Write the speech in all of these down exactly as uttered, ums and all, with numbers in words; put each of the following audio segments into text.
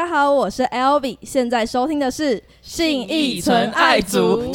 家好，我是 Elvy， 现在收听的是信义纯爱族。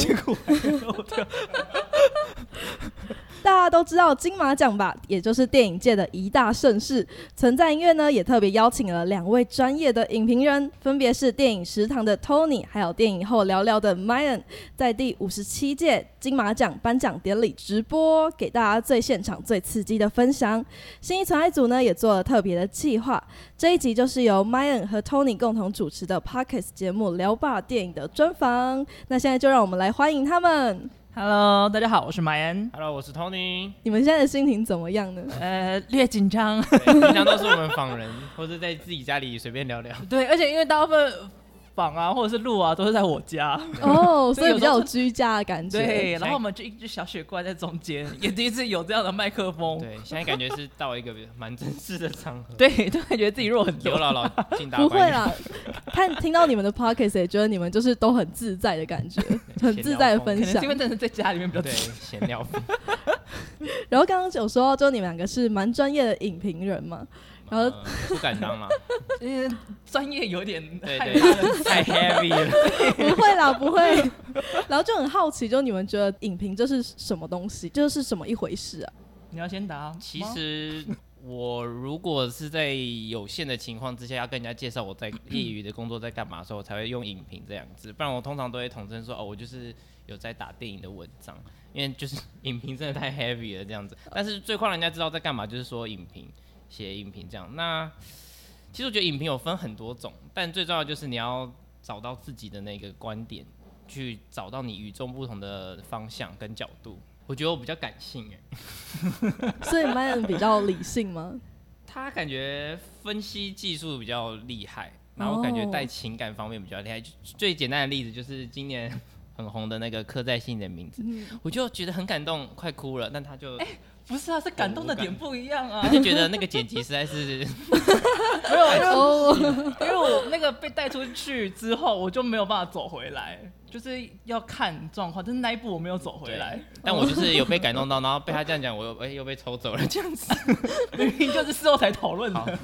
大家都知道金马奖吧，也就是电影界的一大盛事。存在音乐呢，也特别邀请了两位专业的影评人，分别是电影食堂的 Tony， 还有电影后聊聊的 Mayan， 在第五十七届金马奖颁奖典礼直播，给大家最现场、最刺激的分享。信义纯爱组呢，也做了特别的计划，这一集就是由 Mayan 和 Tony 共同主持的 Podcast 节目《聊吧电影》的专访。那现在就让我们来欢迎他们。 Hello， 大家好，我是 Mayan。 Hello， 我是 Tony。 你们现在的心情怎么样呢？ 呃，略紧张。 平常都是我们访人，或者在自己家里随便聊聊。 对，而且因为大部分访啊，或者是录啊，都是在我家。 哦，所以比较有居家的感觉。 对，然后我们就一只小雪怪在中间，也第一次有这样的麦克风。 对，现在感觉是到一个蛮正式的场合。 对，都感觉自己弱很多。 刘姥姥进大不会啦，看听到你们的 podcast 也觉得你们就是都很自在的感觉，很自在的分享。 可能是因为真的在家里面比较对闲聊风。 然后刚刚有说到，就你们两个是蛮专业的影评人嘛。然后、 呃、不敢当啦， 因为专业有点对对太 heavy 了。 不会啦，不会。然后就很好奇，就你们觉得影评这是什么东西，就是什么一回事啊？ 你要先答。 其实我如果是在有限的情况之下，要跟人家介绍我在业余的工作在干嘛的时候，我才会用影评这两个字，不然我通常都会统称说哦，我就是有在打电影的文章，因为就是影评真的太 heavy 了这样子。但是最快人家知道在干嘛，就是说影评。写影评这样，那其实我觉得影评有分很多种，但最重要的就是你要找到自己的那个观点，去找到你与众不同的方向跟角度。我觉得我比较感性哎， 所以 Mayan 比较理性吗？ 他感觉分析技术比较厉害，然后我感觉带情感方面比较厉害。最简单的例子就是今年很红的那个刻在心里的名字，嗯、我就觉得很感动，快哭了，但他就。 欸不是啊，是感动的点不一样啊。 他就觉得那个剪辑实在是没有，因为因为我那个被带出去之后，我就没有办法走回来，就是要看状况。但是那一步我没有走回来， 但我就是有被感动到，然后被他这样讲，我又、欸、又被抽走了这样子。 明明就是事后才讨论的。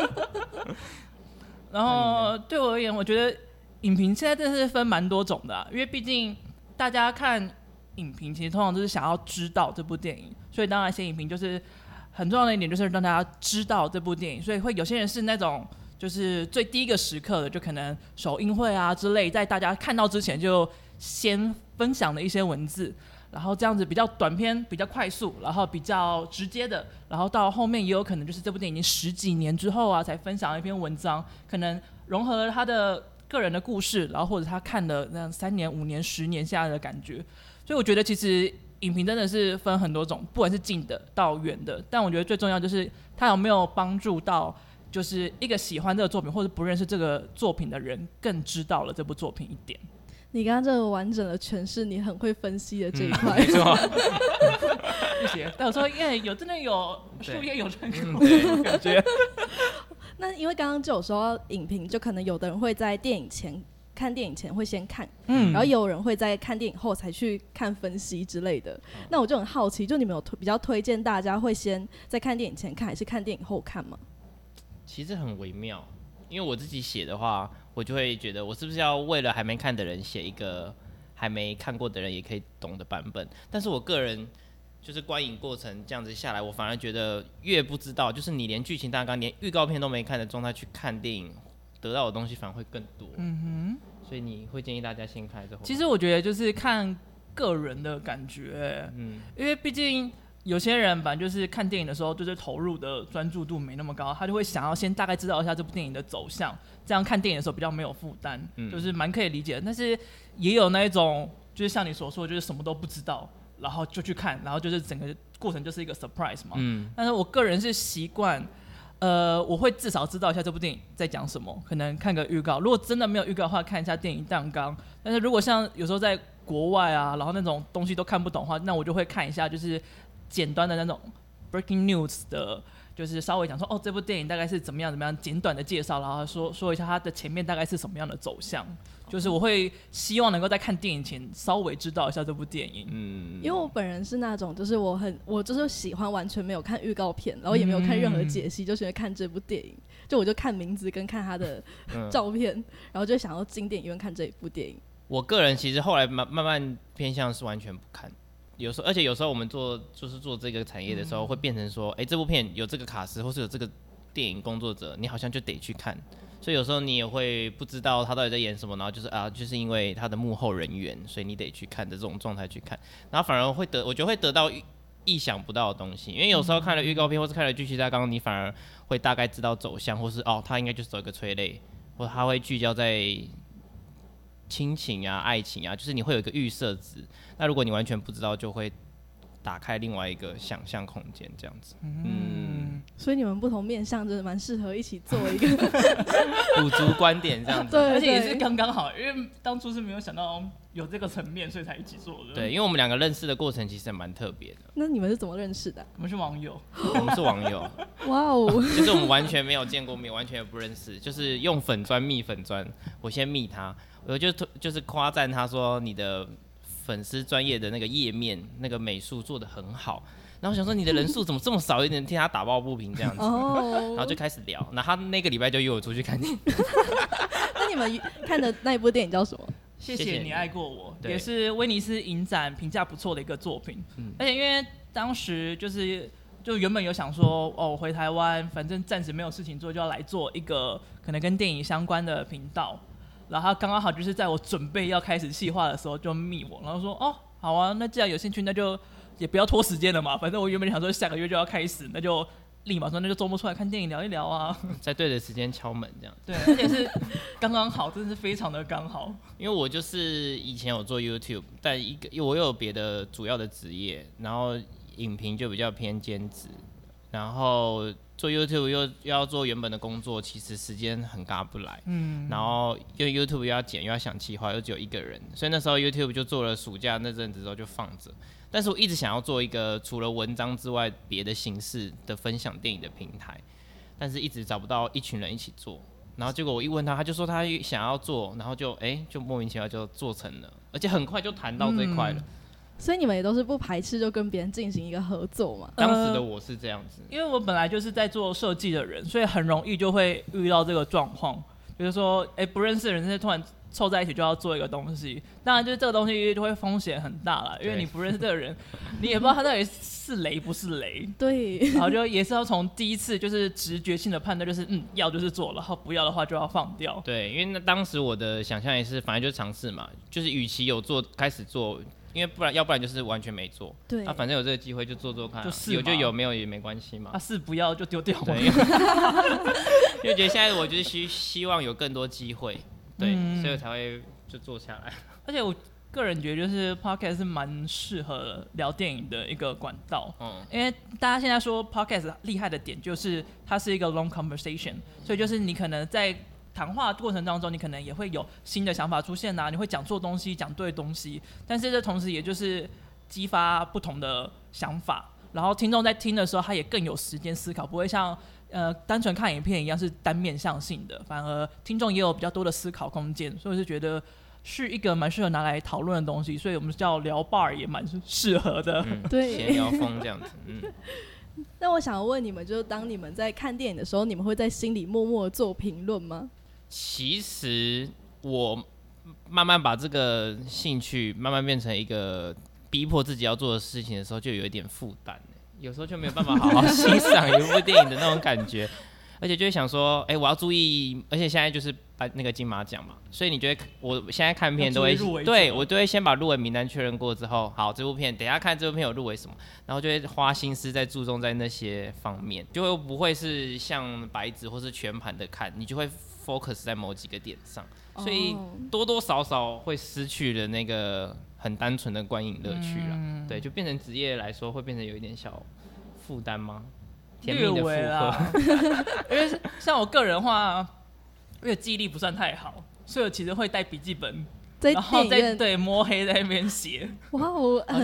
然后对我而言，我觉得影评现在真的是分蛮多种的、啊，因为毕竟大家看影评，其实通常都是想要知道这部电影。所以当然写影评就是很重要的一点，就是让大家知道这部电影。所以会有些人是那种就是最第一个时刻的，就可能首映会啊之类，在大家看到之前就先分享了一些文字，然后这样子比较短篇、比较快速，然后比较直接的，然后到后面也有可能就是这部电影已经十几年之后啊，才分享一篇文章，可能融合了他的个人的故事，然后或者他看了那样三年、五年、十年下来的感觉。所以我觉得其实。影评真的是分很多种，不管是近的到远的，但我觉得最重要就是它有没有帮助到，就是一个喜欢这个作品或者不认识这个作品的人更知道了这部作品一点。 你刚刚这个完整的诠释，你很会分析的这一块。 没错。 谢谢。但我说，因为有真的有术业有专攻感觉。 那因为刚刚就有说影评，就可能有的人会在电影前。看电影前会先看，嗯，然后有人会在看电影后才去看分析之类的。嗯、那我就很好奇，就你们有比较推荐大家会先在看电影前看，还是看电影后看吗？ 其实很微妙，因为我自己写的话，我就会觉得我是不是要为了还没看的人写一个还没看过的人也可以懂的版本。但是我个人就是观影过程这样子下来，我反而觉得越不知道，就是你连剧情大纲、连预告片都没看的状态去看电影。得到的东西反而会更多，嗯哼，所以你会建议大家先看之后。 其实我觉得就是看个人的感觉，嗯，因为毕竟有些人本来就是看电影的时候，就是投入的专注度没那么高，他就会想要先大概知道一下这部电影的走向，这样看电影的时候比较没有负担，嗯，就是蛮可以理解的。但是也有那一种，就是像你所说的，就是什么都不知道，然后就去看，然后就是整个过程就是一个 surprise 嘛，嗯。但是我个人是习惯。呃，我会至少知道一下这部电影在讲什么，可能看个预告。如果真的没有预告的话，看一下电影大纲。但是如果像有时候在国外啊，然后那种东西都看不懂的话，那我就会看一下，就是简单的那种 breaking news 的就是稍微讲说哦，这部电影大概是怎么样怎么样，简短的介绍，然后说说一下它的前面大概是什么样的走向。就是我会希望能够在看电影前稍微知道一下这部电影。 嗯，因为我本人是那种，就是我很我就是喜欢完全没有看预告片，然后也没有看任何解析，嗯、就喜欢看这部电影。就我就看名字跟看他的照片，嗯、然后就想要进电影院看这一部电影。 我个人其实后来慢慢慢偏向是完全不看。有时候，而且有时候我们做就是做这个产业的时候，会变成说，哎、欸，这部片有这个卡司，或是有这个电影工作者，你好像就得去看。所以有时候你也会不知道他到底在演什么，然后就是啊，就是因为他的幕后人员，所以你得去看的这种状态去看，然后反而会得，我觉得会得到意想不到的东西。因为有时候看了预告片或是看了剧情大纲，你反而会大概知道走向，或是哦，他应该就是走一个催泪，或他会聚焦在亲情啊、爱情啊，就是你会有一个预设值。那如果你完全不知道，就会打开另外一个想象空间，这样子。嗯， 所以你们不同面向真的蛮适合一起做一个补足观点这样子。 对， 而且也是刚刚好，因为当初是没有想到有这个层面，所以才一起做的。 对，因为我们两个认识的过程其实也蛮特别的。 那你们是怎么认识的？ 我们是网友。 我们是网友。 哇哦！ 就是我们完全没有见过面，完全也不认识，就是用粉专密粉专，我先密他，我就就是夸赞他说你的粉丝专业的那个页面那个美术做得很好，然后想说你的人数怎么这么少，有点替他打抱不平这样子，然后就开始聊，那他那个礼拜就约我出去看电影。 那你们看的那一部电影叫什么？ 谢谢你爱过我，也是威尼斯影展评价不错的一个作品。嗯、而且因为当时就是就原本有想说，哦，回台湾，反正暂时没有事情做，就要来做一个可能跟电影相关的频道。然后他刚刚好就是在我准备要开始企划的时候就密我，然后说，哦，好啊，那既然有兴趣，那就也不要拖时间了嘛。反正我原本想说下个月就要开始，那就立马说那就周末出来看电影聊一聊啊， 在对的时间敲门这样。 对，而且是刚刚好，真的是非常的刚好。 因为我就是以前有做 YouTube， 但一个我又有别的主要的职业，然后影评就比较偏兼职，然后做 YouTube 又要做原本的工作，其实时间很嘎不来。嗯，然后因为 YouTube 又要剪又要想企划，又只有一个人，所以那时候 YouTube 就做了暑假那阵子之后就放着。但是我一直想要做一个除了文章之外别的形式的分享电影的平台，但是一直找不到一群人一起做。然后结果我一问他，他就说他想要做，然后就哎、欸、就莫名其妙就做成了，而且很快就谈到这一块了。嗯， 所以你们也都是不排斥就跟别人进行一个合作嘛？ 当时的我是这样子， 因为我本来就是在做设计的人，所以很容易就会遇到这个状况，比如说哎、欸、不认识的人突然凑在一起就要做一个东西，当然就是这个东西就会风险很大了，因为你不认识这个人，你也不知道他到底是雷不是雷。 对， 然后就也是要从第一次就是直觉性的判断，就是嗯要就是做，然后不要的话就要放掉。 对，因为那当时我的想象也是，反正就是尝试嘛，就是与其有做开始做。因为不然，要不然就是完全没做。对，啊，反正有这个机会就做做看、啊， 就是有就有，没有也没关系嘛。 啊，是不要就丢掉嘛。 对，因为觉得现在我就是希希望有更多机会，对、嗯，所以我才会就做下来。 而且我个人觉得，就是 Podcast 是蛮适合聊电影的一个管道。嗯，因为大家现在说 Podcast 厉害的点就是它是一个 long conversation， 所以就是你可能在谈话过程当中，你可能也会有新的想法出现啊，你会讲错东西，讲对东西，但是这同时也就是激发不同的想法，然后听众在听的时候，他也更有时间思考，不会像呃单纯看影片一样是单面向性的，反而听众也有比较多的思考空间，所以我是觉得是一个蛮适合拿来讨论的东西，所以我们叫聊 bar 也蛮适合的， 嗯、 对， 闲聊风这样子，嗯。 那我想问你们，就是当你们在看电影的时候，你们会在心里默默做评论吗？ 其实我慢慢把这个兴趣慢慢变成一个逼迫自己要做的事情的时候，就有一点负担，有时候就没有办法好好欣赏一部电影的那种感觉，而且就会想说，哎、欸，我要注意，而且现在就是颁那个金马奖嘛，所以你觉得我现在看片都会，对我都会先把入围名单确认过之后，好，这部片等一下看这部片有入围什么，然后就会花心思在注重在那些方面，就会不会是像白纸或是全盘的看，你就会focus 在某几个点上，所以多多少少会失去了那个很单纯的观影乐趣了、嗯。对，就变成职业来说，会变成有一点小负担吗？甜蜜的负荷。 因为像我个人的话，因为记忆力不算太好，所以我其实会带笔记本，然后在对摸黑在那边写。 哇，我很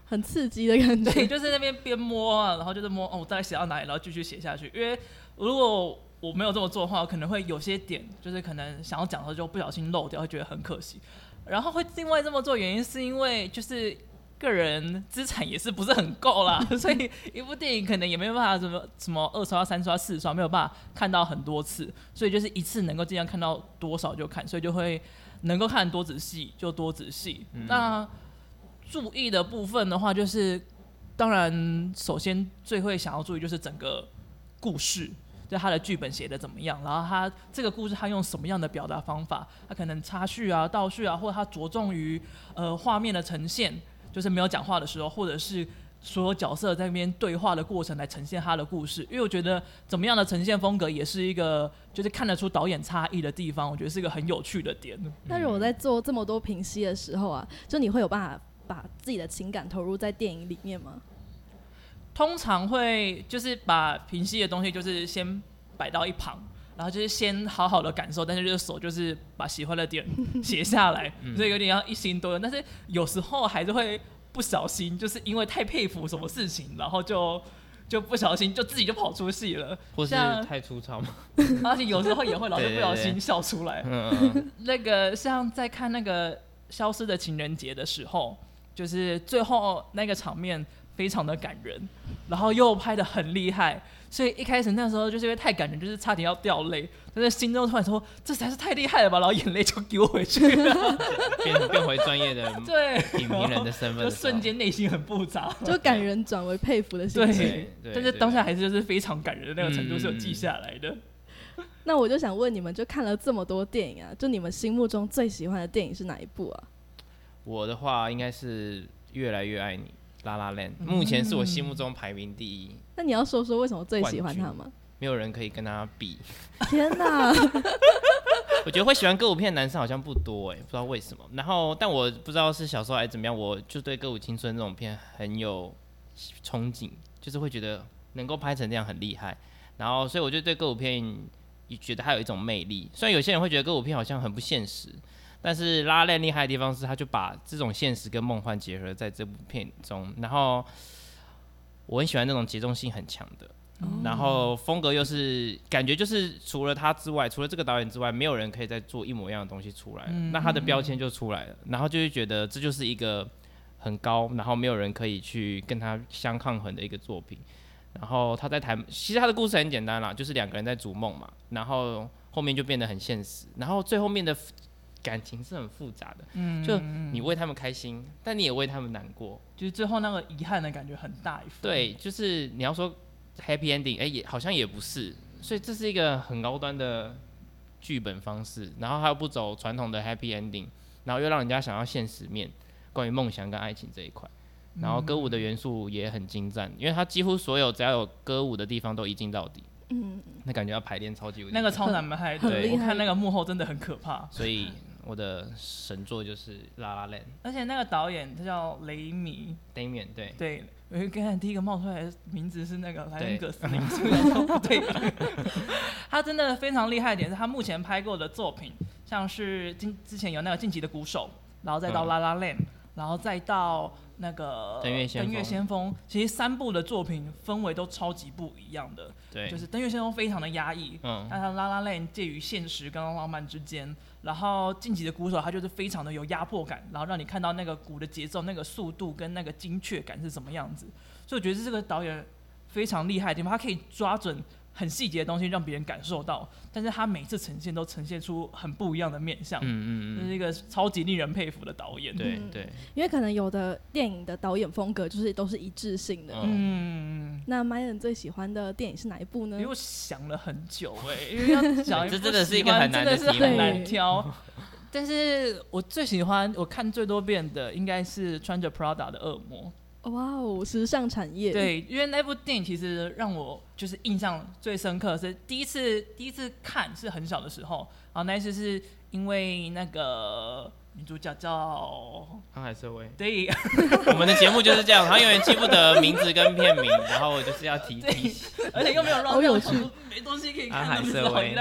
很刺激的感觉。 对，就是那边边摸啊，然后就是摸哦，我大概写到哪里，然后继续写下去。因为如果我没有这么做的话，我可能会有些点就是可能想要讲的时候就不小心漏掉，会觉得很可惜。然后会另外这么做原因是因为就是个人资产也是不是很够啦，所以一部电影可能也没有办法什么什么二刷、三刷、四刷，没有办法看到很多次，所以就是一次能够尽量看到多少就看，所以就会能够看多仔细就多仔细。嗯、那注意的部分的话，就是当然首先最会想要注意就是整个故事。就他的剧本写的怎么样，然后他这个故事他用什么样的表达方法，他可能插叙啊、倒叙啊，或者他着重于呃画面的呈现，就是没有讲话的时候，或者是所有角色在那边对话的过程来呈现他的故事。因为我觉得怎么样的呈现风格也是一个就是看得出导演差异的地方，我觉得是一个很有趣的点。 那如果在做这么多评析的时候啊，就你会有办法把自己的情感投入在电影里面吗？ 通常会就是把评析的东西就是先摆到一旁，然后就是先好好的感受，但是就是手就是把喜欢的点写下来，所以有点像一心多用。但是有时候还是会不小心，就是因为太佩服什么事情，然后就就不小心就自己就跑出戏了， 或是太粗糙嘛。 而且有时候也会老是不小心笑出来。 对对对那个像在看那个《消失的情人节》的时候，就是最后那个场面非常的感人，然后又拍得很厉害，所以一开始那时候就是因为太感人，就是差点要掉泪，但是心中突然说这才是太厉害了吧，然后眼泪就丢回去了， 变变回专业的对影评人的身份， 就瞬间内心很复杂， 就感人转为佩服的心情。 对，对但是当下还是就是非常感人的那个程度是有记下来的。 嗯、那我就想问你们，就看了这么多电影啊，就你们心目中最喜欢的电影是哪一部啊？ 我的话应该是越来越爱你。La La Land 目前是我心目中排名第一。 那你要说说为什么最喜欢他吗？ 没有人可以跟他比。 天哪！ 我觉得会喜欢歌舞片的男生好像不多哎、欸，不知道为什么。然后，但我不知道是小时候还是怎么样，我就对歌舞青春这种片很有憧憬，就是会觉得能够拍成这样很厉害。然后，所以我就对歌舞片也觉得它有一种魅力。虽然有些人会觉得歌舞片好像很不现实。但是拉链厉害的地方是，他就把这种现实跟梦幻结合在这部片中，然后我很喜欢那种节奏性很强的，嗯、然后风格又是感觉就是除了他之外，除了这个导演之外，没有人可以再做一模一样的东西出来了，嗯、那他的标签就出来了，然后就会觉得这就是一个很高，然后没有人可以去跟他相抗衡的一个作品。然后他在谈，其实他的故事很简单啦，就是两个人在逐梦嘛，然后后面就变得很现实，然后最后面的感情是很复杂的，嗯，就你为他们开心，但你也为他们难过， 就是最后那个遗憾的感觉很大一份。 对，就是你要说 happy ending， 哎、欸，也好像也不是，所以这是一个很高端的剧本方式，然后他又不走传统的 happy ending， 然后又让人家想要现实面，关于梦想跟爱情这一块，然后歌舞的元素也很精湛，因为他几乎所有只要有歌舞的地方都一镜到底。嗯，那感觉要排练超级无敌， 那个超难拍的，我看那个幕后真的很可怕， 所以。我的神作就是《La La Land》， 而且那个导演他叫雷米 ，Damien， 对对，我刚才第一个冒出来的名字是那个莱恩·葛斯林，不对，他真的非常厉害的点是他目前拍过的作品，像是之前有那个《晋级的鼓手》，然后再到《La La Land》，然后再到那个登月先锋， 登月先锋，其实三部的作品氛围都超级不一样的。 对， 就是登月先锋非常的压抑，嗯，但它 La La Land 介于现实跟浪漫之间。然后晋级的鼓手，它就是非常的有压迫感，然后让你看到那个鼓的节奏、那个速度跟那个精确感是什么样子。所以我觉得这个导演非常厉害的地方，他可以抓准很细节的东西让别人感受到，但是他每次呈现都呈现出很不一样的面向，嗯嗯嗯，这是一个超级令人佩服的导演。 对对、嗯， 因为可能有的电影的导演风格就是都是一致性的。嗯，那 Myron 最喜欢的电影是哪一部呢？ 因为我想了很久哎、欸，因为要讲一部这真的是一个很难的题目， 真的是很难挑。但是我最喜欢，我看最多遍的应该是穿着 Prada 的恶魔。 哇哦，时尚产业。 对，因为那部电影其实让我就是印象最深刻的是第一次第一次看是很小的时候，然后那一次是因为那个女主角叫航海社会。 对， 我们的节目就是这样，他永远记不得名字跟片名，然后我就是要提提， 而且又没有让好有趣， 没东西可以看， 航海社会，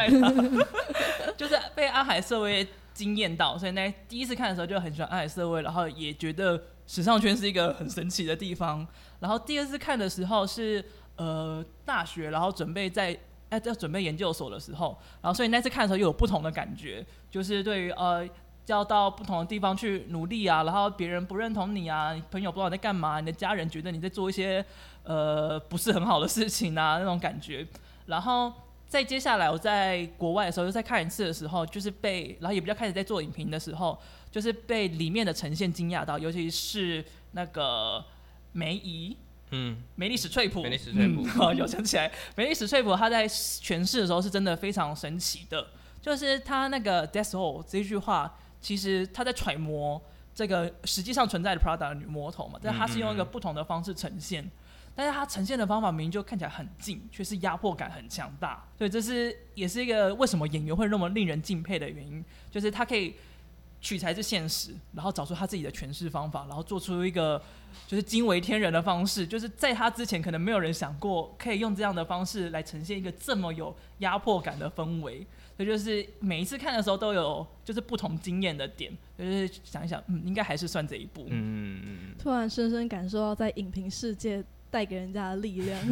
就是被安海社会惊艳到，所以那第一次看的时候就很喜欢安海社会，然后也觉得时尚圈是一个很神奇的地方。然后第二次看的时候是呃大学，然后准备在哎要准备研究所的时候，然后所以那次看的时候又有不同的感觉，就是对于呃要到不同的地方去努力啊，然后别人不认同你啊，你朋友不知道你在干嘛，你的家人觉得你在做一些呃不是很好的事情啊那种感觉。然后再接下来我在国外的时候又再看一次的时候，就是被然后也比较开始在做影评的时候，就是被里面的呈现惊讶到，尤其是那个梅姨。嗯，梅丽史翠普， 梅丽史翠普， 嗯、有想起来，梅丽史翠普她在诠释的时候是真的非常神奇的，就是她那个 "That's all" 这句话，其实她在揣摩这个实际上存在的 Prada 的女魔头嘛，但她是用一个不同的方式呈现，但是她呈现的方法明明就看起来很近，却是压迫感很强大，所以这是也是一个为什么演员会那么令人敬佩的原因，就是她可以取材自现实，然后找出他自己的诠释方法，然后做出一个就是惊为天人的方式，就是在他之前可能没有人想过可以用这样的方式来呈现一个这么有压迫感的氛围，所以就是每一次看的时候都有就是不同经验的点，就是想一想，嗯，应该还是算这一部。 嗯，突然深深感受到在影评世界带给人家的力量。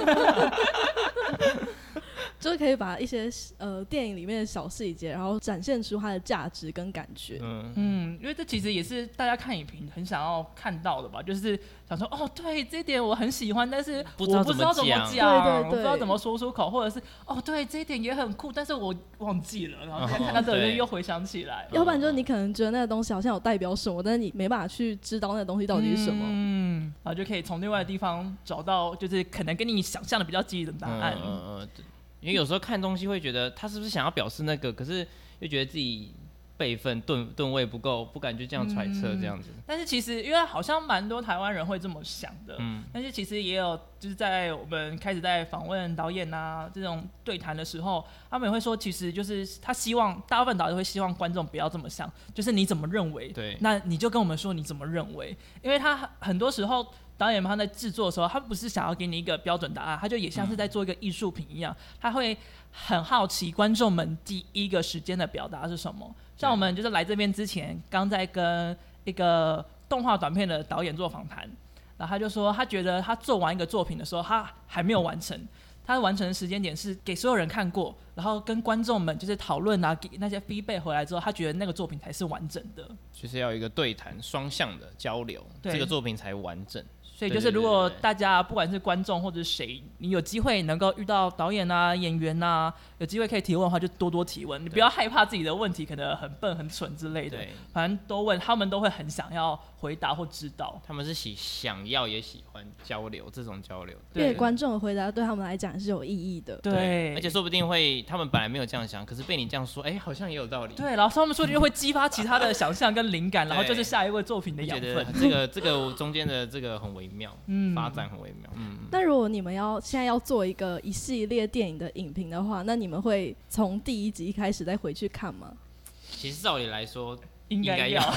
就是可以把一些呃电影里面的小细节，然后展现出它的价值跟感觉。 嗯嗯，因为这其实也是大家看影评很想要看到的吧，就是想说哦，对这一点我很喜欢，但是我不知道怎么讲，我不知道怎么说出口，或者是哦，对这一点也很酷，但是我忘记了，然后再看到这里又回想起来。 要不然就是你可能觉得那个东西好像有代表什么，但是你没办法去知道那个东西到底是什么。 嗯，然后就可以从另外的地方找到，就是可能跟你想象的比较接近的答案。 嗯嗯嗯。因为有时候看东西会觉得他是不是想要表示那个，可是又觉得自己辈分吨吨位不够，不敢就这样揣测这样子、嗯。 但是其实因为好像蛮多台湾人会这么想的，嗯，但是其实也有就是在我们开始在访问导演啊这种对谈的时候，他们也会说，其实就是他希望大部分导演会希望观众不要这么想，就是你怎么认为， 对， 那你就跟我们说你怎么认为，因为他很多时候。导演们他在制作的时候，他不是想要给你一个标准答案，他就也像是在做一个艺术品一样，他会很好奇观众们第一个时间的表达是什么。像我们就是来这边之前，刚在跟一个动画短片的导演做访谈，然后他就说，他觉得他做完一个作品的时候，他还没有完成。他完成的时间点是给所有人看过，然后跟观众们就是讨论啊，给那些 feedback 回来之后，他觉得那个作品才是完整的， 就是要有一个对谈、双向的交流，这个作品才完整。 所以就是如果大家不管是观众或者谁，你有机会能够遇到导演啊、演员啊，有机会可以提问的话，就多多提问。你不要害怕自己的问题可能很笨、很蠢之类的，反正多问，他们都会很想要回答或知道。 他们是喜想要也喜欢交流，这种交流， 因为观众的回答对他们来讲是有意义的。 对，对而且说不定会他们本来没有这样想，可是被你这样说，哎、欸，好像也有道理。 对，然后他们说不定会激发其他的想象跟灵感，然后就是下一位作品的养分。 这个这个中间的这个很微妙，嗯。发展很微妙。嗯， 那如果你们要现在要做一个一系列电影的影评的话，那你们会从第一集开始再回去看吗？ 其实照理来说应该要。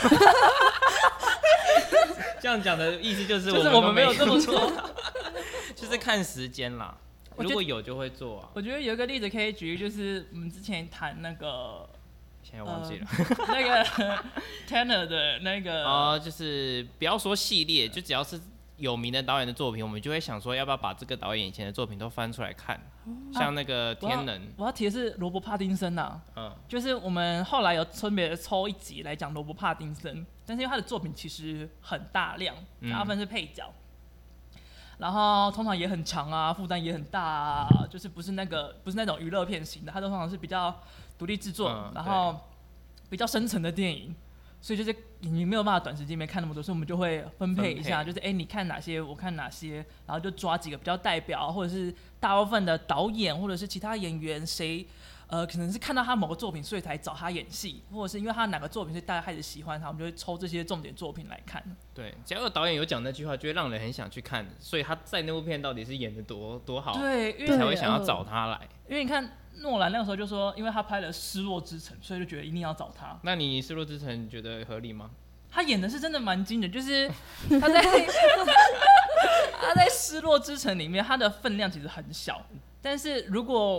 这样讲的意思就是我们我们没有这么做， 就是看时间啦。如果有就会做啊。 我觉得有一个例子可以举，就是我们之前谈那个。 现在忘记了、 呃、那个 Tanner 的那个哦、呃，就是不要说系列，就只要是有名的导演的作品，我们就会想说要不要把这个导演以前的作品都翻出来看，嗯、像那个天能。 我 要, 我要提的是罗伯·帕丁森啊，嗯，就是我们后来有分别抽一集来讲罗伯·帕丁森，但是因为他的作品其实很大量，大部分是配角。嗯，然后通常也很长啊，负担也很大啊，就是不是那个不是那种娱乐片型的，它通常是比较独立制作、嗯，然后比较深层的电影，所以就是你没有办法短时间内看那么多，所以我们就会分配一下，就是哎、欸、你看哪些，我看哪些，然后就抓几个比较代表，或者是大部分的导演或者是其他演员谁。呃，可能是看到他某个作品，所以才找他演戏，或者是因为他哪个作品，所以大家开始喜欢他，我们就会抽这些重点作品来看。 对，只要有导演有讲那句话，就会让人很想去看，所以他在那部片到底是演的多多好， 对，因为才会想要找他来。 因为你看诺兰那个时候就说，因为他拍了《失落之城》，所以就觉得一定要找他。 那你《失落之城》你觉得合理吗？ 他演的是真的蛮精的，就是他在他在《失落之城》里面，他的分量其实很小，但是如果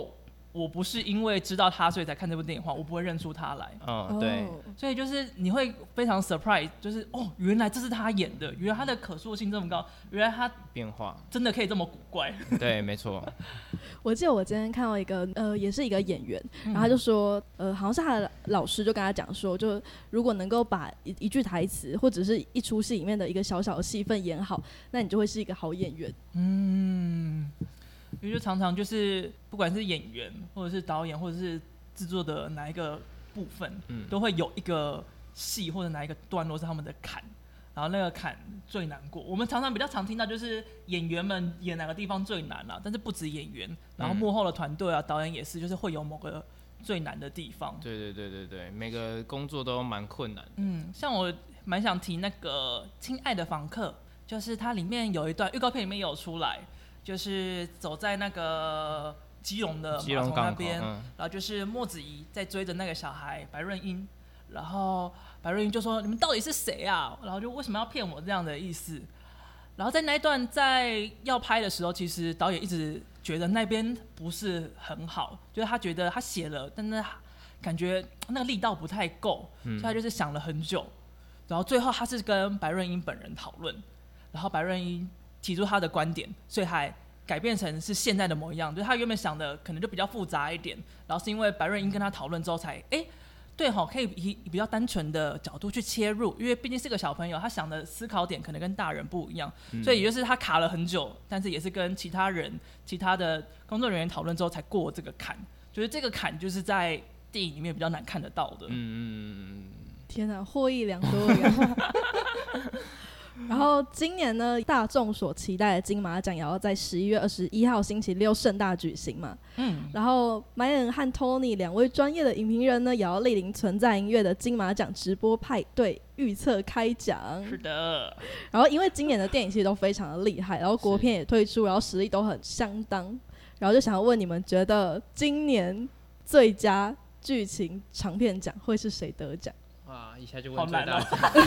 我不是因为知道他所以才看这部电影的话，我不会认出他来。 嗯，对。 所以就是你会非常 surprise， 就是哦，原来这是他演的，原来他的可塑性这么高，原来他变化真的可以这么古怪。 对，没错。 我记得我今天看到一个呃，也是一个演员，然后他就说，呃，好像是他的老师就跟他讲说，就如果能够把一一句台词或者是一出戏里面的一个小小的戏份演好，那你就会是一个好演员。 嗯，因为就常常就是不管是演员或者是导演或者是制作的哪一个部分，嗯，都会有一个戏或者哪一个段落是他们的坎。然后那个坎最难过，我们常常比较常听到就是演员们演哪个地方最难啦、啊，但是不止演员，然后幕后的团队啊、导演也是，就是会有某个最难的地方。 对对对对对，每个工作都蛮困难的。 嗯，像我蛮想提那个《亲爱的房客》，就是它里面有一段预告片里面有出来，就是走在那个基隆的码头那边、嗯，然后就是莫子仪在追着那个小孩白润英，然后白润英就说：“你们到底是谁啊？”然后就为什么要骗我这样的意思。然后在那一段在要拍的时候，其实导演一直觉得那边不是很好，就是他觉得他写了，但是感觉那个力道不太够，所以他就是想了很久。然后最后他是跟白润英本人讨论，然后白润英提出他的观点，所以还改变成是现在的模样。就是他原本想的可能就比较复杂一点，然后是因为白润英跟他讨论之后才哎。对齁，可以以比较单纯的角度去切入，因为毕竟是个小朋友，他想的思考点可能跟大人不一样，嗯、所以也就是他卡了很久，但是也是跟其他人、其他的工作人员讨论之后才过这个坎。就是这个坎就是在电影里面比较难看得到的。嗯嗯嗯。 天哪，获益良多呀！然后今年呢，大众所期待的金马奖也要在十一月二十一号星期六盛大举行嘛。嗯。然后 Mayan 和 Tony 两位专业的影评人呢，也要莅临存在音乐的金马奖直播派对预测开奖。 是的。 然后因为今年的电影其实都非常的厉害，然后国片也推出，然后实力都很相当，然后就想要问你们，觉得今年最佳剧情长片奖会是谁得奖？ 哇，一下就问最大奖。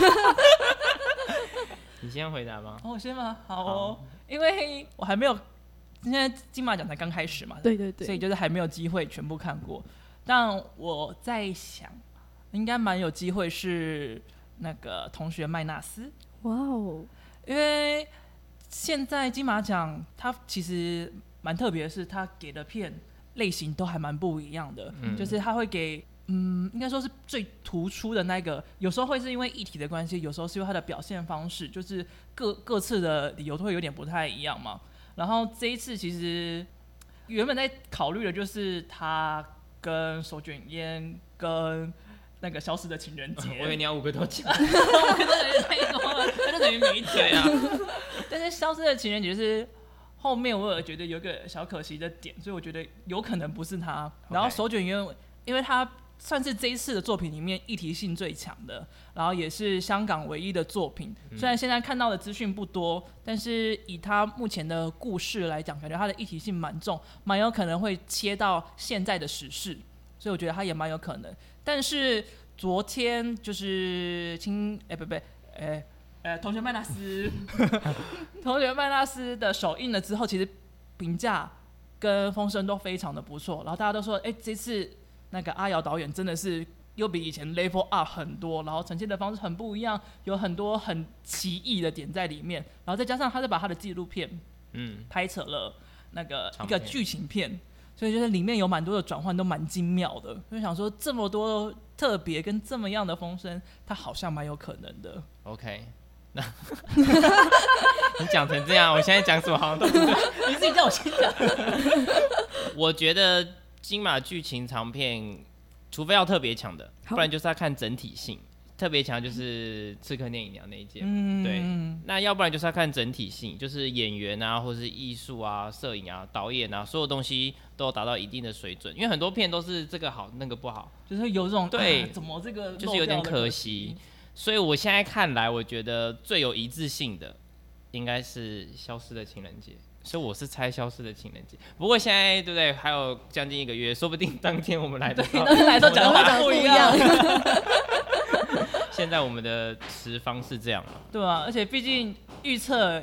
你先回答吗？ 哦，我先吗？好哦，因为我还没有，现在金马奖才刚开始嘛， 对对对， 所以就是还没有机会全部看过。但我在想，应该蛮有机会是那个同学麦纳斯。 哇哦， 因为现在金马奖它其实蛮特别的是，它给的片类型都还蛮不一样的，嗯、就是它会给。嗯，应该说是最突出的那个，有时候会是因为议题的关系，有时候是因为他的表现方式，就是各各次的理由都会有点不太一样嘛。然后这一次其实原本在考虑的就是他跟手卷烟跟那个消失的情人节， 我以为你要五个都讲， 五个都有点太多了，那就等于没讲啊。但是消失的情人节是后面我有觉得有一个小可惜的点，所以我觉得有可能不是他。然后手卷烟，因为他算是这一次的作品里面议题性最强的，然后也是香港唯一的作品。虽然现在看到的资讯不多，但是以他目前的故事来讲，感觉他的议题性蛮重，蛮有可能会切到现在的时事，所以我觉得他也蛮有可能。但是昨天就是亲，哎、欸、不不，哎、欸呃，同学麦纳斯，同学麦纳斯的首映了之后，其实评价跟风声都非常的不错，然后大家都说，哎、欸，这次。那个阿瑶导演真的是又比以前 level up 很多，然后呈现的方式很不一样，有很多很奇异的点在里面，然后再加上他是把他的纪录片，嗯，拍成了那个一个剧情片，所以就是里面有蛮多的转换都蛮精妙的，就想说这么多特别跟这么样的风声，它好像蛮有可能的。 OK， 那你讲成这样，我现在讲什么好像都不对， 你自己叫我先讲。 我觉得。金马剧情长片，除非要特别强的，不然就是要看整体性。特别强就是《刺客聂隐娘》那一届，嗯，对。那要不然就是要看整体性，就是演员啊，或是艺术啊、摄影啊、导演啊，所有东西都有达到一定的水准。因为很多片都是这个好那个不好， 就是有这种对、 啊，怎么这个就是有点可惜。所以我现在看来，我觉得最有一致性的应该是《消失的情人节》。所以我是猜消失的情人节，不过现在对不对？还有将近一个月，说不定当天我们来的时候， 当天来的时候讲的话不一样。 现在我们的持方是这样了， 对啊，而且毕竟预测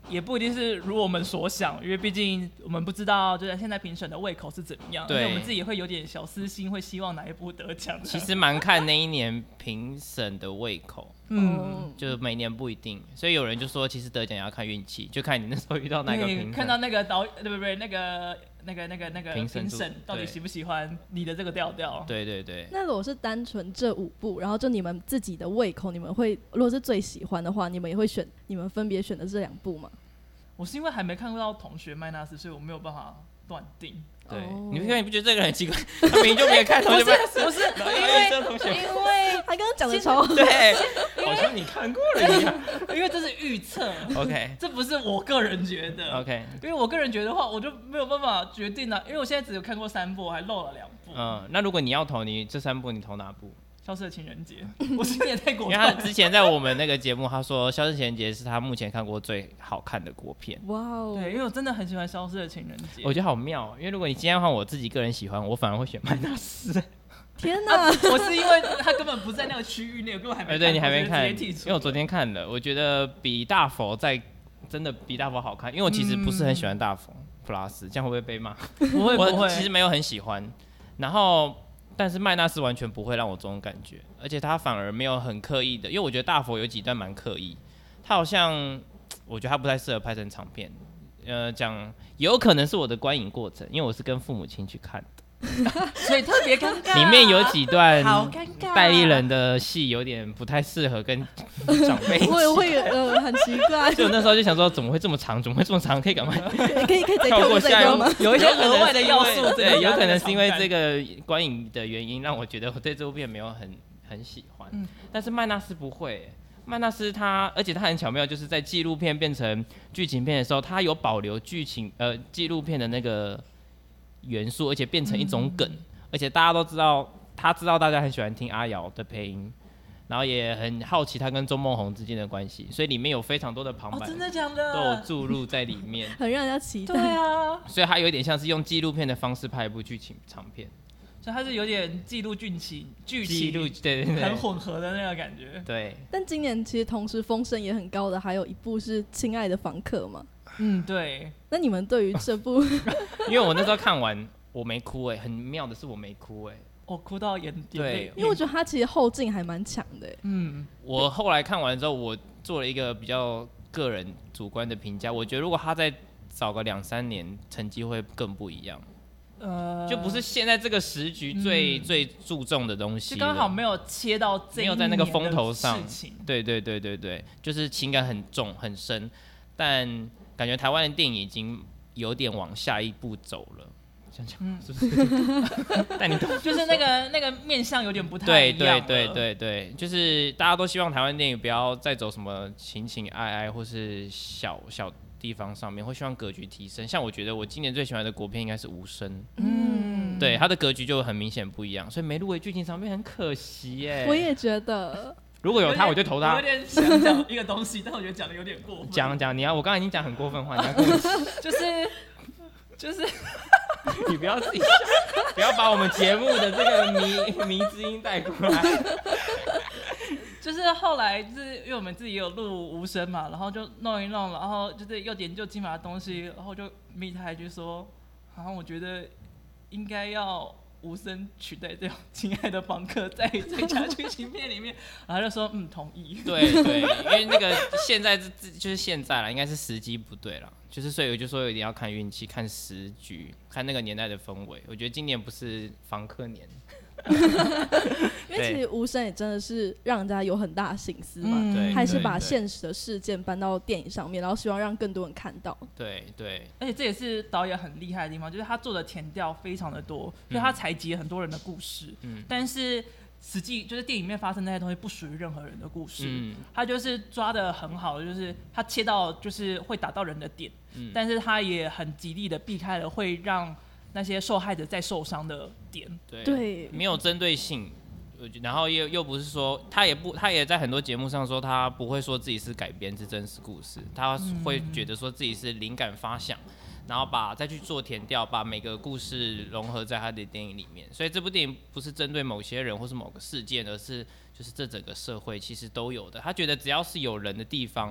也不一定是如我们所想，因为毕竟我们不知道就是现在评审的胃口是怎么样，而且我们自己也会有点小私心，会希望哪一部得奖。 其实蛮看那一年评审的胃口，嗯，就每年不一定，所以有人就说，其实得奖也要看运气，就看你那时候遇到哪个评审， 看到那个导，对不对？那个那个那个那个评审到底喜不喜欢你的这个调调？ 对对对。 那如果是单纯这五部，然后就你们自己的胃口，你们会如果是最喜欢的话，你们也会选你们分别选的这两部吗？ 我是因为还没看到同学麦纳斯，所以我没有办法断定。 对， 哦、 你不你不觉得这个人很奇怪？他明明就没有看同学麦纳斯， 不是不是，因为因为他刚刚讲的超对，好像你看过了一样。 因为这是预测 ，OK， 这不是我个人觉得 ，OK， 因为我个人觉得的话，我就没有办法决定啊，因为我现在只有看过三部，我还漏了两部。 嗯，那如果你要投，你这三部你投哪部？ 消失的情人节，我是也太果断。 因为他之前在我们那个节目，他说《消失情人节》是他目前看过最好看的国片。 哇哦！ 对，因为我真的很喜欢《消失的情人节》， 我觉得好妙。因为如果你今天换我自己个人喜欢，我反而会选麦纳斯。 天哪、啊！ 我是因为他根本不在那个区域内，我根本还没看。 哎，对你还没看， 因为我昨天看了，我觉得比大佛在真的比大佛好看。因为我其实不是很喜欢大佛 Plus， 这样会不会被骂？ 不会不会， 我其实没有很喜欢。然后。但是麦纳斯完全不会让我这种感觉，而且他反而没有很刻意的，因为我觉得大佛有几段蛮刻意，他好像我觉得他不太适合拍成长片，呃，讲有可能是我的观影过程，因为我是跟父母亲去看的， 所以特别尴尬。 里面有几段好尴尬， 代理人的戏有点不太适合跟长辈一起看， 会会呃很奇怪， 就我那时候就想说怎么会这么长，怎么会这么长，可以赶快可以可以再跳过下一吗？ 有一些额外的要素， 对，有可能是因为这个观影的原因，让我觉得我对这部片没有很很喜欢。嗯、但是麦纳斯不会、欸，麦纳斯他，而且他很巧妙，就是在纪录片变成剧情片的时候，他有保留剧情呃纪录片的那个元素，而且变成一种梗，嗯、而且大家都知道，他知道大家很喜欢听阿瑶的配音。然后也很好奇他跟钟孟宏之间的关系，所以里面有非常多的旁白， 哦、真的假的都有注入在里面， 很让人家期待。 对啊， 所以他有点像是用纪录片的方式拍一部剧情长片， 所以他是有点记录剧情，剧情对对对， 很混合的那个感觉。 对。 但今年其实同时风声也很高的，还有一部是《亲爱的房客》嘛。 嗯，对。 那你们对于这部， 因为我那时候看完我没哭哎、欸，很妙的是我没哭哎、欸。 我、哦、哭到眼眼泪， 因为我觉得他其实后劲还蛮强的。 嗯， 我后来看完之后，我做了一个比较个人主观的评价，我觉得如果他再早个两三年，成绩会更不一样。呃，就不是现在这个时局最、嗯、最注重的东西， 就刚好没有切到这一年的事情， 没有在那个风头上。对对对对对，就是情感很重很深，但感觉台湾的电影已经有点往下一步走了。嗯，是不是？但你懂， 就是那个那个面向有点不太一样。 对对对对对，就是大家都希望台湾电影不要再走什么情情爱爱或是小小地方上面，会希望格局提升。像我觉得我今年最喜欢的国片应该是《无声》，嗯，对，它的格局就很明显不一样，所以没入围剧情长片很可惜耶。 我也觉得， 如果有他，我就投他。 我有点想讲一个东西，但我觉得讲的有点过分。 讲讲，你要，我刚才已经讲很过分话，你要跟我就是就是。 你不要自己笑，不要把我们节目的这个迷迷之音带过来。 就是后来，就是因为我们自己也有录无声嘛，然后就弄一弄，然后就是又研究金马的东西，然后就密他一句说，好像我觉得应该要无声取代这种亲爱的房客在最佳剧情片里面，然后就说嗯同意。 对对，因为那个现在就是现在啦，应该是时机不对啦，就是所以我就说有点要看运气，看时局，看那个年代的氛围。我觉得今年不是房客年。 因为其实无声也真的是让人家有很大的心思嘛，嗯、还是把现实的事件搬到电影上面，然后希望让更多人看到。 对对， 而且这也是导演很厉害的地方，就是他做的田调非常的多，所以他采集了很多人的故事。嗯，但是实际就是电影里面发生那些东西不属于任何人的故事，嗯、他就是抓得很好，就是他切到就是会打到人的点，嗯、但是他也很极力的避开了会让那些受害者再受伤的点。 对，对没有针对性。然后又又不是说他也不他也在很多节目上说他不会说自己是改编自真实故事，他会觉得说自己是灵感发想，然后把再去做田调，把每个故事融合在他的电影里面。所以这部电影不是针对某些人或是某个事件，而是就是这整个社会其实都有的。他觉得只要是有人的地方，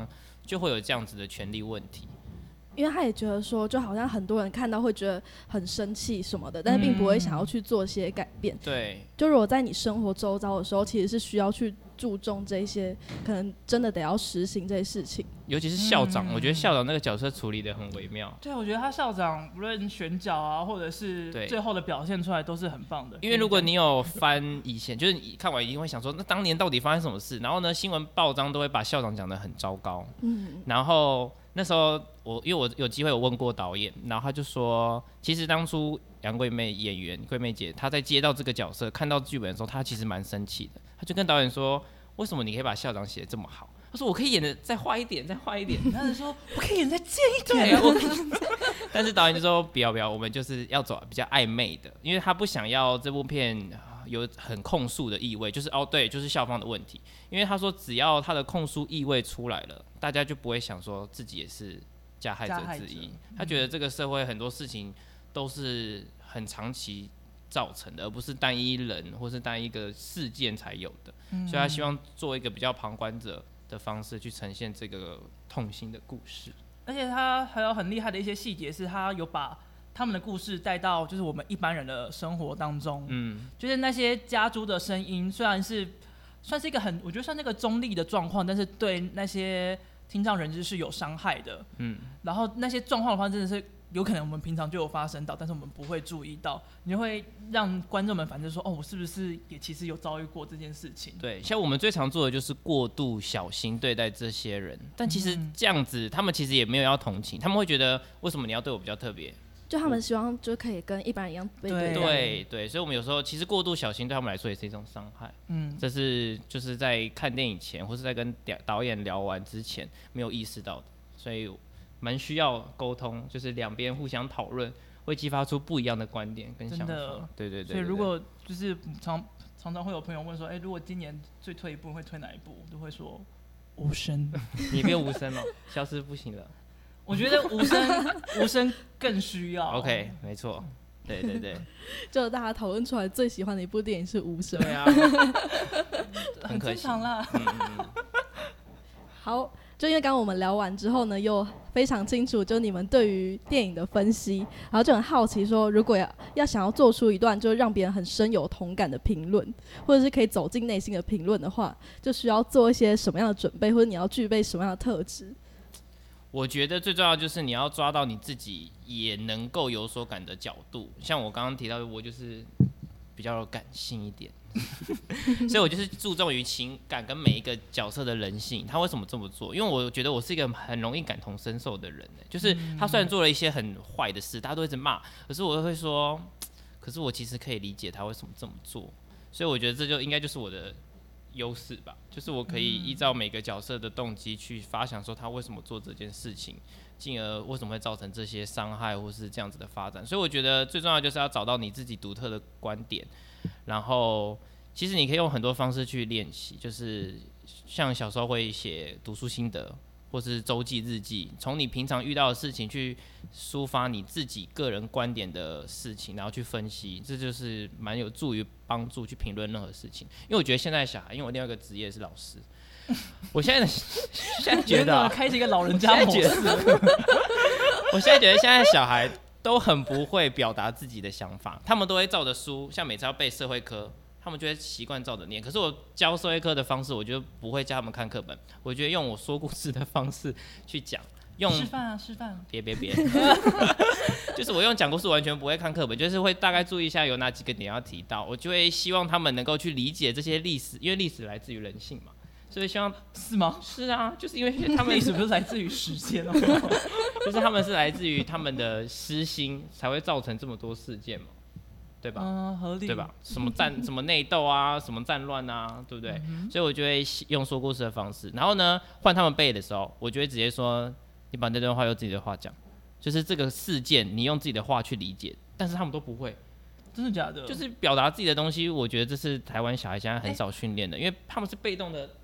就会有这样子的权利问题。 因为他也觉得说，就好像很多人看到会觉得很生气什么的，但是并不会想要去做一些改变。 对， 就如果在你生活周遭的时候，其实是需要去注重这些，可能真的得要实行这些事情。 尤其是校长，嗯、我觉得校长那个角色处理得很微妙。 对，我觉得他校长无论选角啊，或者是最后的表现出来都是很棒的。 因为如果你有翻以前，就是你看完一定会想说，那当年到底发生什么事？然后呢，新闻报章都会把校长讲得很糟糕。嗯，然后那时候我因为我有机会有问过导演，然后他就说，其实当初杨贵妹演员贵妹姐她在接到这个角色，看到剧本的时候，她其实蛮生气的。她就跟导演说，为什么你可以把校长写得这么好？他说我可以演的再坏一点，再坏一点。 他就说我可以演再贱一点。 但是导演就说不要不要，我们就是要走比较暧昧的，因为他不想要这部片有很控诉的意味，就是哦对，就是校方的问题。因为他说只要他的控诉意味出来了，大家就不会想说自己也是加害者之一。他觉得这个社会很多事情都是很长期造成的，而不是单一人或是单一个事件才有的。嗯、所以他希望做一个比较旁观者的方式去呈现这个痛心的故事。 而且他还有很厉害的一些细节，是他有把他们的故事带到就是我们一般人的生活当中。嗯，就是那些家猪的声音，虽然是算是一个很，我觉得算是一个中立的状况，但是对那些听障人士是有伤害的。嗯，然后那些状况的话，真的是有可能我们平常就有发生到，但是我们不会注意到，你就会让观众们反正说，哦，我是不是也其实有遭遇过这件事情？ 对，像我们最常做的就是过度小心对待这些人，但其实这样子，他们其实也没有要同情，他们会觉得为什么你要对我比较特别？ 就他们希望就可以跟一般人一样被对待。 对对，所以我们有时候其实过度小心对他们来说也是一种伤害。嗯，这是就是在看电影前或是在跟导演聊完之前没有意识到的，所以蛮需要沟通，就是两边互相讨论，会激发出不一样的观点跟想法。对对 对, 对。 所以如果就是常常常会有朋友问说，哎、欸，如果今年最推一部会推哪一部？我都会说无声。 你变无声了，消失不行了。 我觉得无声无声更需要。 OK， 没错。对对对。 就大家讨论出来最喜欢的一部电影是无声。 对啊。 很正常啦。嗯嗯好。就因为刚刚我们聊完之后呢，又非常清楚，就你们对于电影的分析，然后就很好奇说，如果要要想要做出一段就让别人很深有同感的评论，或者是可以走进内心的评论的话，就需要做一些什么样的准备，或者你要具备什么样的特质？ 我觉得最重要就是你要抓到你自己也能够有所感的角度，像我刚刚提到的，我就是比较感性一点。所以我就是注重于情感跟每一个角色的人性，他为什么这么做？因为我觉得我是一个很容易感同身受的人、欸、就是他虽然做了一些很坏的事，大家都一直骂，可是我会说，可是我其实可以理解他为什么这么做，所以我觉得这就应该就是我的优势吧，就是我可以依照每个角色的动机去发想说他为什么做这件事情，进而为什么会造成这些伤害或是这样子的发展。所以我觉得最重要就是要找到你自己独特的观点，然后其实你可以用很多方式去练习，就是像小时候会写读书心得或是周记日记，从你平常遇到的事情去抒发你自己个人观点的事情，然后去分析，这就是蛮有助于帮助去评论任何事情。因为我觉得现在的小孩，因为我另外一个职业是老师，我现在的现在觉得、啊、 开启一个老人家模式， 我现在觉得现在的小孩都很不会表达自己的想法，他们都会照着书，像每次要背社会科，他们就会习惯照着念。可是我教社会科的方式，我就不会教他们看课本，我觉得用我说故事的方式去讲，用示范啊示范， 别别别，就是我用讲故事完全不会看课本，就是会大概注意一下有哪几个点要提到，我就会希望他们能够去理解这些历史，因为历史来自于人性嘛。所以希望是吗？ 是啊，就是因为他们历史不是来自于时间哦， 就是他们是来自于他们的私心，才会造成这么多事件嘛，对吧？ 嗯，合理， 对吧？什么战什么内斗啊，什么战乱啊，对不对？嗯、所以我就会用说故事的方式，然后呢，换他们背的时候，我就会直接说，你把那段话用自己的话讲，就是这个事件你用自己的话去理解，但是他们都不会。 真的假的？ 就是表达自己的东西，我觉得这是台湾小孩现在很少训练的，因为他们是被动的。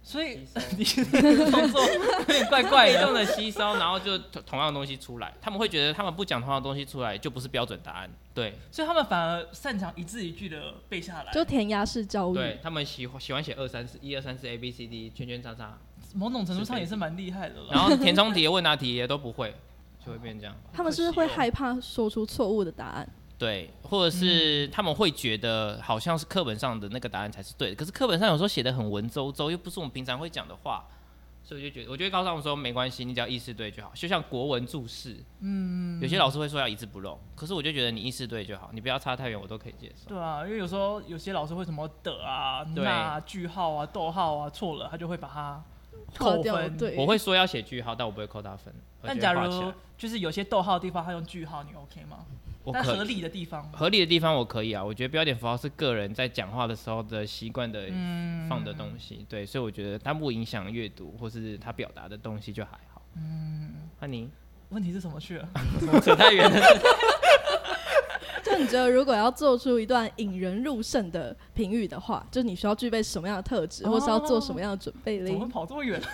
所以你的动作有点怪怪的， 被动的吸收，然后就同样的东西出来，他们会觉得他们不讲同样的东西出来就不是标准答案，对， 所以他们反而擅长一字一句的背下来， 就填鸭式教育。 对他们喜欢喜欢写二三四一二三四 A B C D 圈圈叉叉， 某种程度上也是蛮厉害的了。 然后填充题、问答题也都不会，就会变这样。 他们是会害怕说出错误的答案。 对，或者是他们会觉得好像是课本上的那个答案才是对的，可是课本上有时候写的很文绉绉，又不是我们平常会讲的话，所以我就觉得，我就会告诉他们说，没关系，你只要意识对就好。就像国文注释，嗯，有些老师会说要一字不漏，可是我就觉得你意识对就好，你不要差太远，我都可以接受。 对啊，因为有时候有些老师会什么的啊、那句号啊、逗号啊错了，他就会把它扣分。 对， 我会说要写句号，但我不会扣他分。 但假如就是有些逗号的地方，他用句号，你 OK 吗？但合理的地方， 合理的地方我可以啊。我觉得标点符号是个人在讲话的时候的习惯的放的东西，嗯、对，所以我觉得它不影响阅读或是他表达的东西就还好。嗯，那、啊、你问题是什么去了？ 扯太远了。 就你觉得，如果要做出一段引人入胜的评语的话，就你需要具备什么样的特质，哦、或是要做什么样的准备呢？ 怎么跑这么远？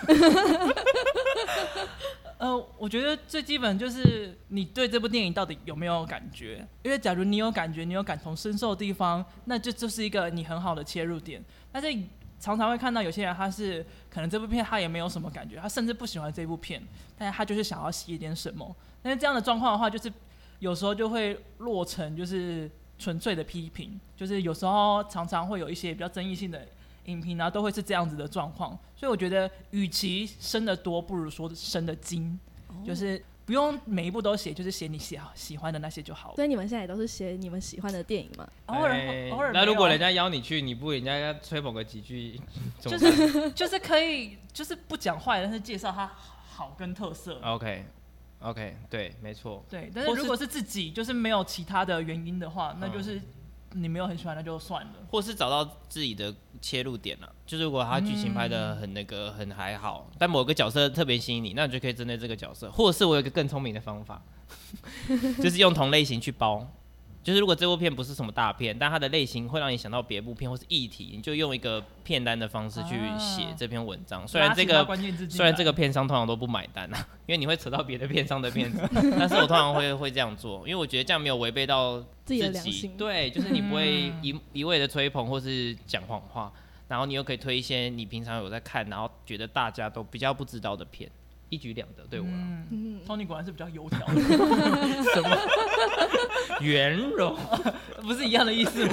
呃，我觉得最基本就是你对这部电影到底有没有感觉？因为假如你有感觉，你有感同身受的地方，那就就是一个你很好的切入点。但是常常会看到有些人，他是可能这部片他也没有什么感觉，他甚至不喜欢这部片，但是他就是想要写一点什么。但是这样的状况的话，就是有时候就会落成就是纯粹的批评，就是有时候常常会有一些比较争议性的影评啊，都会是这样子的状况。所以我觉得，与其生的多，不如说生的精，哦、就是不用每一部都写，就是写你喜喜欢的那些就好了。 所以你们现在也都是写你们喜欢的电影吗？ 偶尔、欸、偶尔。 那如果人家邀你去，你不人家吹捧个几句， 就是就是可以，就是不讲坏，但是介绍它好跟特色。 OK。OK， 对，没错。 对，但是如果是自己就是没有其他的原因的话，那就是你没有很喜欢，那就算了。 或是找到自己的切入点啊，就是如果他剧情拍的很那个、很还好，但某个角色特别吸引你，那你就可以针对这个角色。或者是我有一个更聪明的方法，就是用同类型去包。就是如果这部片不是什么大片，但它的类型会让你想到别部片或是议题，你就用一但片单的方式去写这篇文章。啊、虽然这个虽然这个片商通常都不买单啊，因为你会扯到别的片商的片子，但是我通常会会这样做，因为我觉得这样没有违背到自己， 自己的良心。 对，就是你不会一一味的吹捧或是讲谎话，然后你又可以推一些你平常有在看，然后觉得大家都比较不知道的片。一举两得，对我。 嗯 ，Tony 果然是比较油条的。 什么？圆融， 不是一样的意思吗？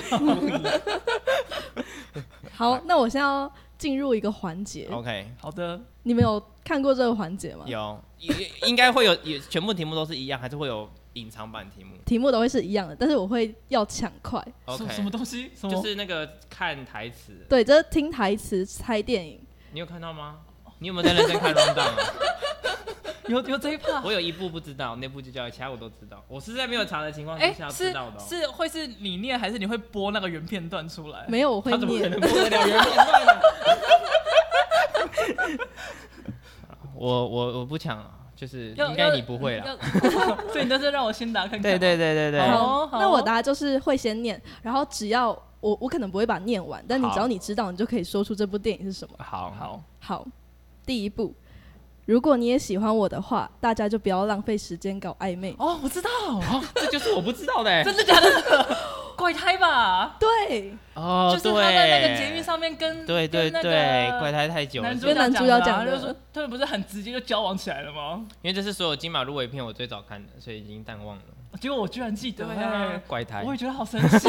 好，那我现在要进入一个环节。 OK， 好的。 你们有看过这个环节吗？ 有，应该会有，全部题目都是一样，还是会有隐藏版题目？ 题目都会是一样的，但是我会要抢快。 OK， 什么东西？ 就是那个看台词。 对，这、就是听台词猜电影。 你有看到吗？你有没有在认真看 rundown 啊？ 有有这一趴， 我有一部不知道，那部就叫其他我都知道。我是在没有查的情况之下知道的、哦欸。是是会是你念，还是你会播那个原片段出来？ 没有，我会念。 他怎么可能播得了原片段呢、啊？我我我不抢，就是应该你不会啦。 所以你都是让我先答看看。 对对对对对。 好，好那我答就是会先念，然后只要我我可能不会把它念完，但你只要你知道，你就可以说出这部电影是什么。 好好好，第一部。如果你也喜欢我的话，大家就不要浪费时间搞暧昧。 哦，我知道， 哦、这就是我不知道的、欸， 真的假的？怪胎吧？ 对， 哦， 就是他在那个捷运上面跟对对对，怪胎太久了。 跟男主角讲的， 他就说他们不是很直接就交往起来了吗？ 因为这是所有金马入围片我最早看的，所以已经淡忘了。 结果我居然记得， 对啊，怪胎， 我也觉得好神奇。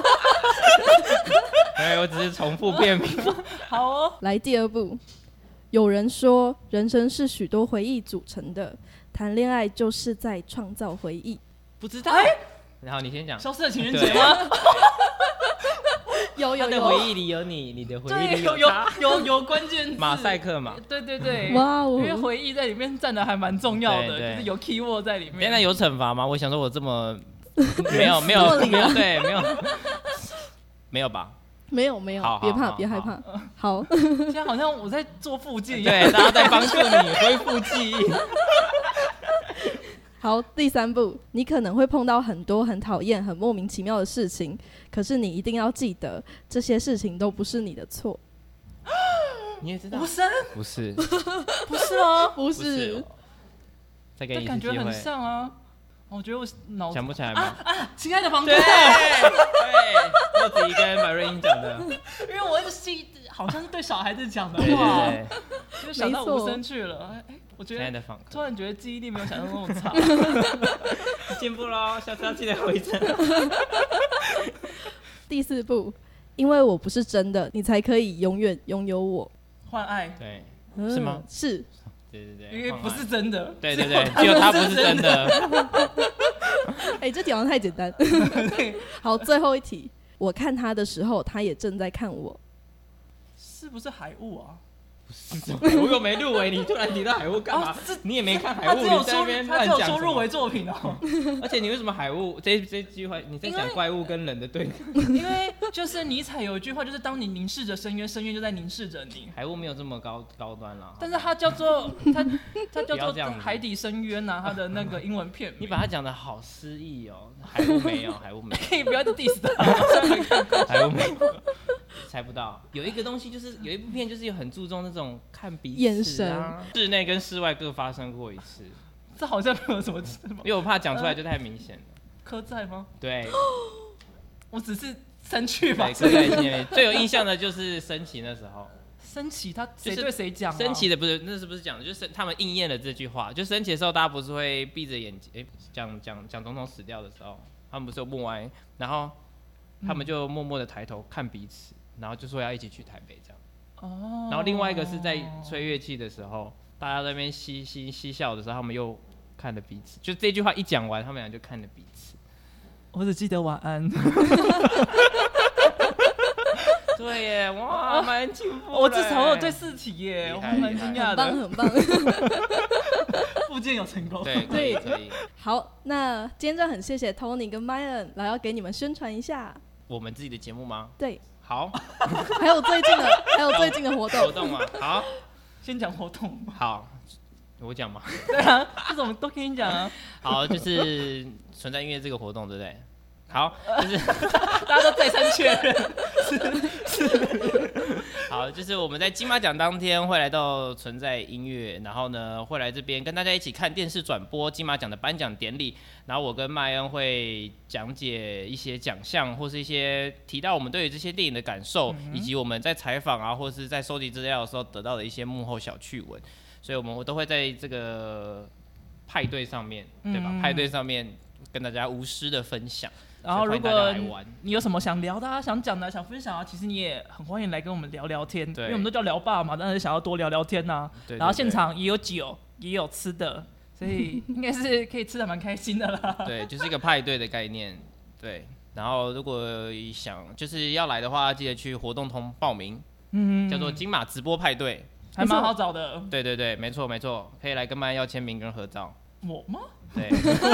哎，我只是重复片名。 好哦， 来第二部。有人说，人生是许多回忆组成的，谈恋爱就是在创造回忆。 不知道。哎、欸，然后你先讲。 消失的情人节吗？ 有有有。 他的回忆里有你，你的回忆里有他。 有有 有, 有关键字。 马赛克嘛。 对对对。 哇哦！ 因为回忆在里面占的还蛮重要的， 对对就是有 keyword 在里面。 现在有惩罚吗？我想说，我这么没有没有没有对没有没有吧？ 没有没有，别怕别害怕。好， 现在好像我在做复健一样， 对，大家在帮助你恢复记忆。 好，第三步，你可能会碰到很多很讨厌、很莫名其妙的事情，可是你一定要记得，这些事情都不是你的错。 你也知道无声？ 不是， 不是吗？ 不是， 再给你一次感觉很机会， 像啊。我觉得我脑想不起来吗？ 啊啊！亲爱的房客， 对对，莫子仪跟马瑞英讲的， 因为我一直记，好像是对小孩子讲的对话， 对对， 就想到无声去了。哎，我觉得亲爱的访客， 突然觉得记忆力没有想象中那么差。 进步喽，下次要记得回诊。 第四步，因为我不是真的，你才可以永远拥有我。 换爱， 对， 嗯是吗？ 是。 对对对， 因为不是真的。 对对对，只有他不是真的。 哎、欸，这题好像太简单。好，最后一题，我看他的时候，他也正在看我。 是不是海雾啊？ 海雾又没入围，你突然提到海雾干嘛？ 哦、 你也没看海雾， 他只有你在那边说他只有乱讲说入围作品哦。 而且你为什么海雾这这句话你在讲怪物跟人的对抗？ 因为就是尼采有一句话，就是当你凝视着深渊，深渊就在凝视着你。 海雾没有这么高高端啦， 但是它叫做它它叫做海底深渊呐、啊，它的那个英文片名。 你把它讲的好诗意哦，海雾没有，海雾没有， 可以不要去 diss 它。 海雾没有。猜不到，有一个东西就是有一部片，就是有很注重那种看彼此、啊、 眼神， 室内跟室外各发生过一次。 这好像没有什么， 因为我怕讲出来就太明显了。 刻在吗？ 对， 我只是生气吧。 对，刻在心里面。最有印象的就是升旗那时候。 升旗他谁对谁讲、啊？ 升旗的不是，那是不是讲的？就是他们应验了这句话。就升旗的时候，大家不是会闭着眼睛，哎、欸，讲讲讲总统死掉的时候，他们不是有默哀，然后他们就默默的抬头看彼此。然后就说要一起去台北这样，哦。然后另外一个是在吹乐器的时候，大家在那边嬉嬉嬉笑的时候，他们又看了彼此。就这句话一讲完，他们俩就看了彼此。 我只记得晚安。 对耶，哇，蛮进步。 我至少有对四题耶，我蛮惊讶的， 很棒很棒。 附件有成功， 对，可以可以。 好，那今天就很谢谢 Tony 跟 Myron 来要给你们宣传一下我们自己的节目吗？ 对。 好， 还有最近的，还有最近的活动。 活动吗？好， 先讲活动。 好，我讲吗？ 对啊，这种都跟你讲啊。 好，就是存在音乐这个活动，对不对？好，就是大家都再三确认。是是。 好，就是我们在金马奖当天会来到存在音乐，然后呢会来这边跟大家一起看电视转播金马奖的颁奖典礼，然后我跟麦恩会讲解一些奖项或是一些提到我们对于这些电影的感受，嗯、以及我们在采访啊或是在收集资料的时候得到的一些幕后小趣闻，所以我们都会在这个派对上面，对吧？嗯、派对上面跟大家无私的分享。 然后，如果你有什么想聊的、啊、想讲的、想分享啊，其实你也很欢迎来跟我们聊聊天，因为我们都叫聊爸嘛，但是想要多聊聊天呐、啊。然后现场也有酒，也有吃的，所以应该是可以吃的蛮开心的啦。 对，就是一个派对的概念。对，然后如果想就是要来的话，记得去活动通报名，嗯，叫做金马直播派对， 还蛮好找的。 对对对，没错没错，可以来跟麦要签名跟合照。 我吗？ 对。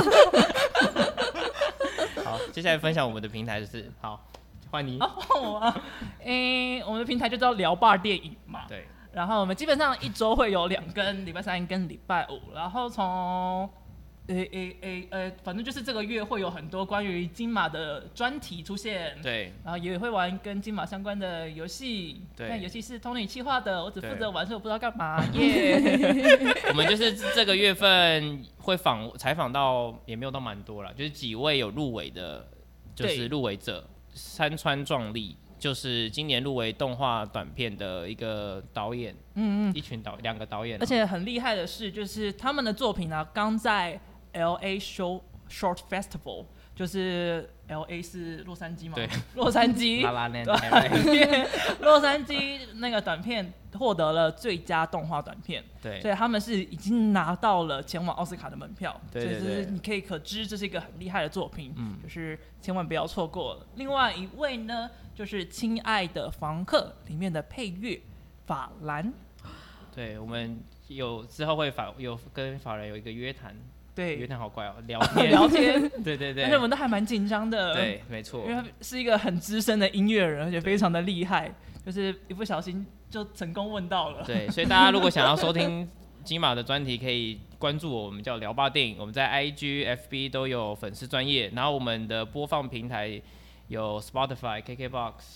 好，接下来分享我们的平台就是好，换你。 哦啊，诶、欸，我们的平台就叫聊吧电影嘛。 对。 然后我们基本上一周会有两更，礼拜三跟礼拜五。然后从诶诶诶呃，反正就是这个月会有很多关于金马的专题出现。 对。 然后也会玩跟金马相关的游戏。 对。 那游戏是 Tony 企划的，我只负责玩，所以我不知道干嘛。耶。Yeah 我们就是这个月份会访采访到，也没有到蛮多啦，就是几位有入围的，就是入围者，山川壮丽。就是今年入围动画短片的一个导演，嗯嗯，一群导两个导演、啊， 而且很厉害的是，就是他们的作品啊，刚在 L A Show Short Festival， 就是 L A 是洛杉矶嘛， 对， 洛杉矶， 拉拉链， 洛杉矶那个短片获得了最佳动画短片， 对， 所以他们是已经拿到了前往奥斯卡的门票， 对对对， 所以你可以可知这是一个很厉害的作品，嗯，就是千万不要错过了。另外一位呢？就是《亲爱的房客》里面的配乐法兰， 对，我们有之后会法有跟法兰有一个约谈， 对， 约谈好怪哦，聊天聊天， 对对对， 而且我们都还蛮紧张的， 对，没错， 因为他是一个很资深的音乐人，而且非常的厉害，就是一不小心就成功问到了， 对，所以大家如果想要收听金马的专题，可以关注我，我们叫聊吧电影，我们在 I G、F B 都有粉丝专页，然后我们的播放平台。有 Spotify、K K B O X，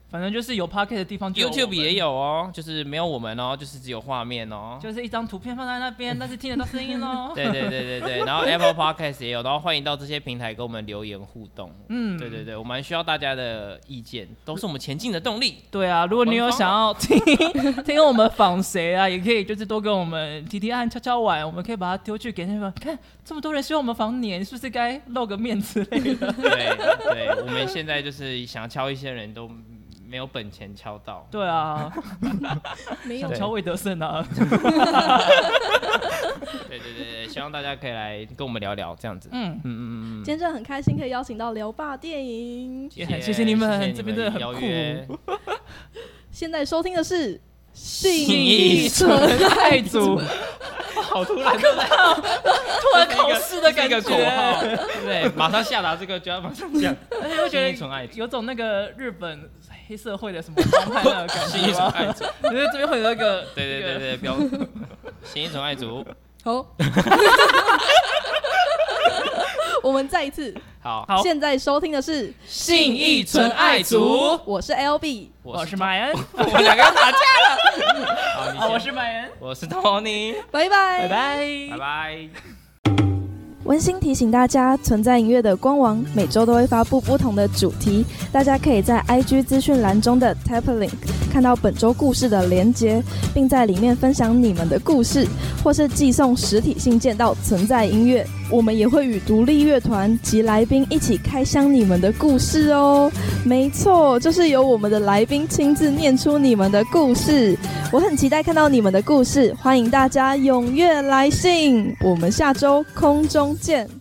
反正就是有 podcast 的地方就有 YouTube 也有哦，就是没有我们哦，就是只有画面哦， 就是一张图片放在那边，但是听得到声音哦。 对对对对对，然后 Apple Podcast 也有，然后欢迎到这些平台跟我们留言互动。嗯，对对对，我们需要大家的意见，都是我们前进的动力。 对啊，如果你有想要听听我们访谁啊，也可以就是多跟我们提提案、敲敲碗，我们可以把它丢去给那个看这么多人希望我们访你，是不是该露个面之类的？ 对对，我们现在就是想敲一些人都没有本钱敲到。 对啊， 没有想敲魏德胜啊。 对对对对，希望大家可以来跟我们聊聊这样子。嗯嗯嗯嗯。今天真的很开心，可以邀请到聊吧电影， 也很谢谢你们， 谢谢这边真的很酷。 现在收听的是信义纯爱组。 好突然， 突然考试的感觉， 一个口号，对，马上下达这个就要马上讲， 而且我觉得有种那个日本黑社会的什么帮派那个感觉，信义纯爱组，我觉得这边会有一个， 对对对对，标信义纯爱组， 好，我们再一次， 好， 现在收听的是信义纯爱组， 我是 L B， 我是麦恩， 我们两个要打架了。 好，我是麦恩， 我是 Tony， 拜拜， 拜拜， 拜拜。 温馨提醒大家，存在音乐的官网每周都会发布不同的主题，大家可以在 I G 资讯栏中的 Tap Link 看到本周故事的连结，并在里面分享你们的故事，或是寄送实体信件到存在音乐。我们也会与独立乐团及来宾一起开箱你们的故事哦。没错，就是由我们的来宾亲自念出你们的故事。我很期待看到你们的故事，欢迎大家踊跃来信。我们下周空中见。